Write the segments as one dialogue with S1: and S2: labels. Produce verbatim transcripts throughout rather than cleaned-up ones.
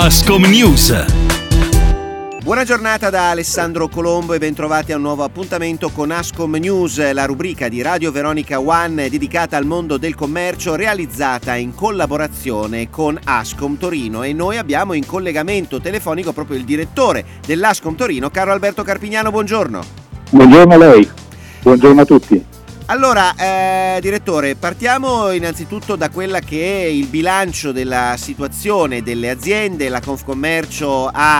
S1: Ascom News.
S2: Buona giornata da Alessandro Colombo e bentrovati a un nuovo appuntamento con Ascom News, la rubrica di Radio Veronica One dedicata al mondo del commercio, realizzata in collaborazione con Ascom Torino, e noi abbiamo in collegamento telefonico proprio il direttore dell'Ascom Torino, Carlo Alberto Carpignano. Buongiorno.
S3: Buongiorno a lei, buongiorno a tutti.
S2: Allora, eh, direttore, partiamo innanzitutto da quella che è il bilancio della situazione delle aziende. La Confcommercio ha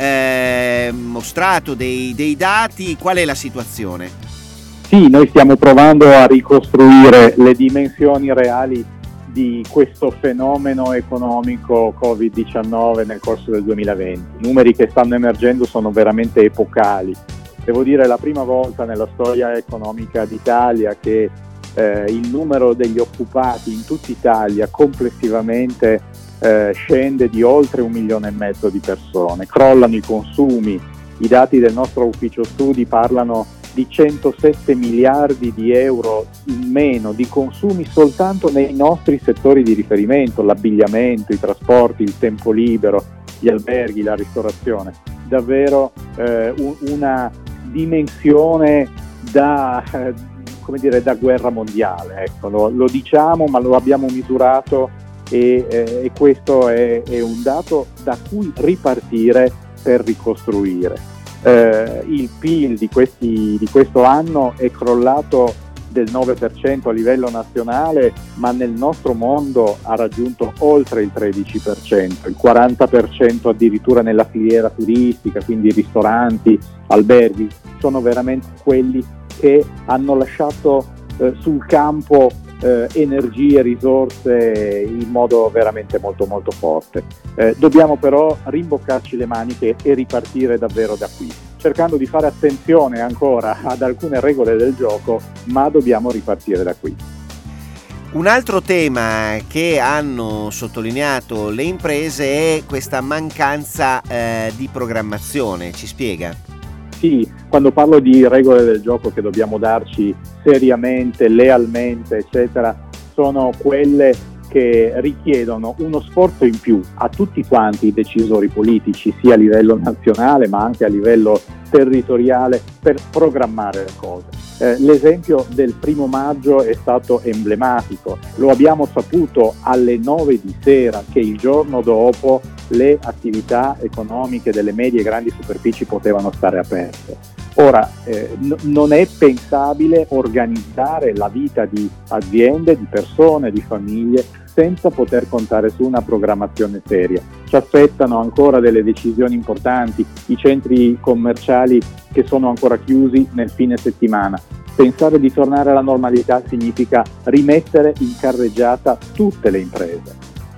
S2: eh, mostrato dei, dei dati. Qual è la situazione?
S3: Sì, noi stiamo provando a ricostruire le dimensioni reali di questo fenomeno economico covid diciannove nel corso del duemilaventi. I numeri che stanno emergendo sono veramente epocali. Devo dire, è la prima volta nella storia economica d'Italia che eh, il numero degli occupati in tutta Italia complessivamente eh, scende di oltre un milione e mezzo di persone. Crollano i consumi. I dati del nostro ufficio studi parlano di centosette miliardi di euro in meno di consumi soltanto nei nostri settori di riferimento: l'abbigliamento, i trasporti, il tempo libero, gli alberghi, la ristorazione. Davvero eh, un, una dimensione da, eh, come dire, da guerra mondiale, ecco, lo, lo diciamo, ma lo abbiamo misurato e, eh, e questo è, è un dato da cui ripartire per ricostruire. Eh, il P I L di, questi, di questo anno è crollato del nove per cento a livello nazionale, ma nel nostro mondo ha raggiunto oltre il tredici per cento, il quaranta per cento addirittura nella filiera turistica, quindi ristoranti, alberghi, sono veramente quelli che hanno lasciato eh, sul campo eh, energie, risorse in modo veramente molto molto forte. Eh, dobbiamo però rimboccarci le maniche e ripartire davvero da qui, cercando di fare attenzione ancora ad alcune regole del gioco, ma dobbiamo ripartire da qui.
S2: Un altro tema che hanno sottolineato le imprese è questa mancanza eh, di programmazione. Ci spiega?
S3: Sì, quando parlo di regole del gioco che dobbiamo darci seriamente, lealmente, eccetera, sono quelle che richiedono uno sforzo in più a tutti quanti i decisori politici, sia a livello nazionale ma anche a livello territoriale, per programmare le cose. Eh, l'esempio del primo maggio è stato emblematico. Lo abbiamo saputo alle nove di sera che il giorno dopo le attività economiche delle medie e grandi superfici potevano stare aperte. Ora, eh, n- non è pensabile organizzare la vita di aziende, di persone, di famiglie senza poter contare su una programmazione seria. Ci aspettano ancora delle decisioni importanti, i centri commerciali che sono ancora chiusi nel fine settimana. Pensare di tornare alla normalità significa rimettere in carreggiata tutte le imprese.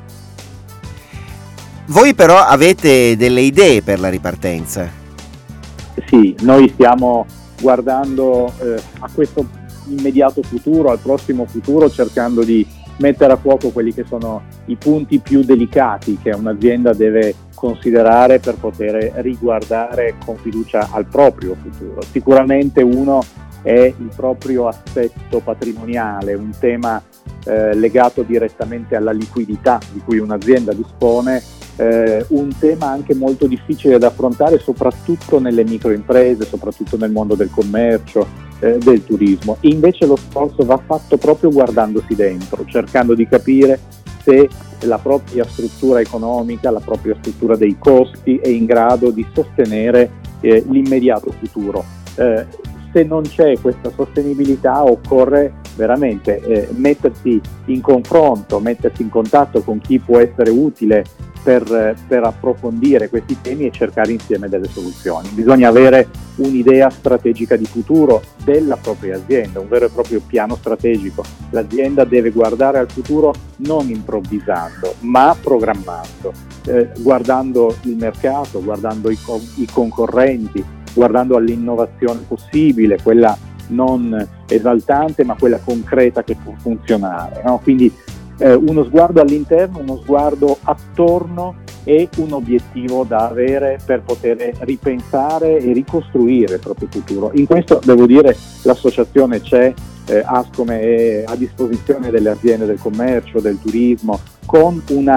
S2: Voi però avete delle idee per la ripartenza?
S3: Sì, noi stiamo guardando eh, a questo immediato futuro, al prossimo futuro, cercando di mettere a fuoco quelli che sono i punti più delicati che un'azienda deve considerare per poter riguardare con fiducia al proprio futuro. Sicuramente uno è il proprio assetto patrimoniale, un tema eh, legato direttamente alla liquidità di cui un'azienda dispone, eh, un tema anche molto difficile da affrontare soprattutto nelle microimprese, soprattutto nel mondo del commercio, eh, del turismo. Invece lo sforzo va fatto proprio guardandosi dentro, cercando di capire se la propria struttura economica, la propria struttura dei costi è in grado di sostenere eh, l'immediato futuro. Eh, se non c'è questa sostenibilità occorre veramente eh, mettersi in confronto, mettersi in contatto con chi può essere utile per, per approfondire questi temi e cercare insieme delle soluzioni. Bisogna avere un'idea strategica di futuro della propria azienda, un vero e proprio piano strategico. L'azienda deve guardare al futuro non improvvisando, ma programmando, eh, guardando il mercato, guardando i, co- i concorrenti, guardando all'innovazione possibile, quella non esaltante ma quella concreta che può funzionare, no? Quindi eh, uno sguardo all'interno, uno sguardo attorno e un obiettivo da avere per poter ripensare e ricostruire il proprio futuro. In questo devo dire l'associazione c'è, eh, Ascom è a disposizione delle aziende del commercio, del turismo, con una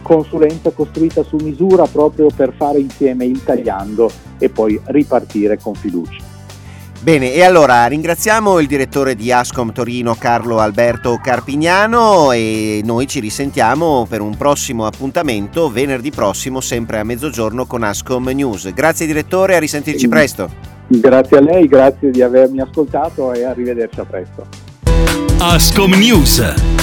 S3: consulenza costruita su misura proprio per fare insieme il tagliando e poi ripartire con fiducia.
S2: Bene, e allora ringraziamo il direttore di Ascom Torino Carlo Alberto Carpignano e noi ci risentiamo per un prossimo appuntamento venerdì prossimo sempre a mezzogiorno con Ascom News. Grazie direttore, a risentirci
S3: sì.
S2: presto.
S3: Grazie a lei, grazie di avermi ascoltato e arrivederci a presto.
S1: Ascom News.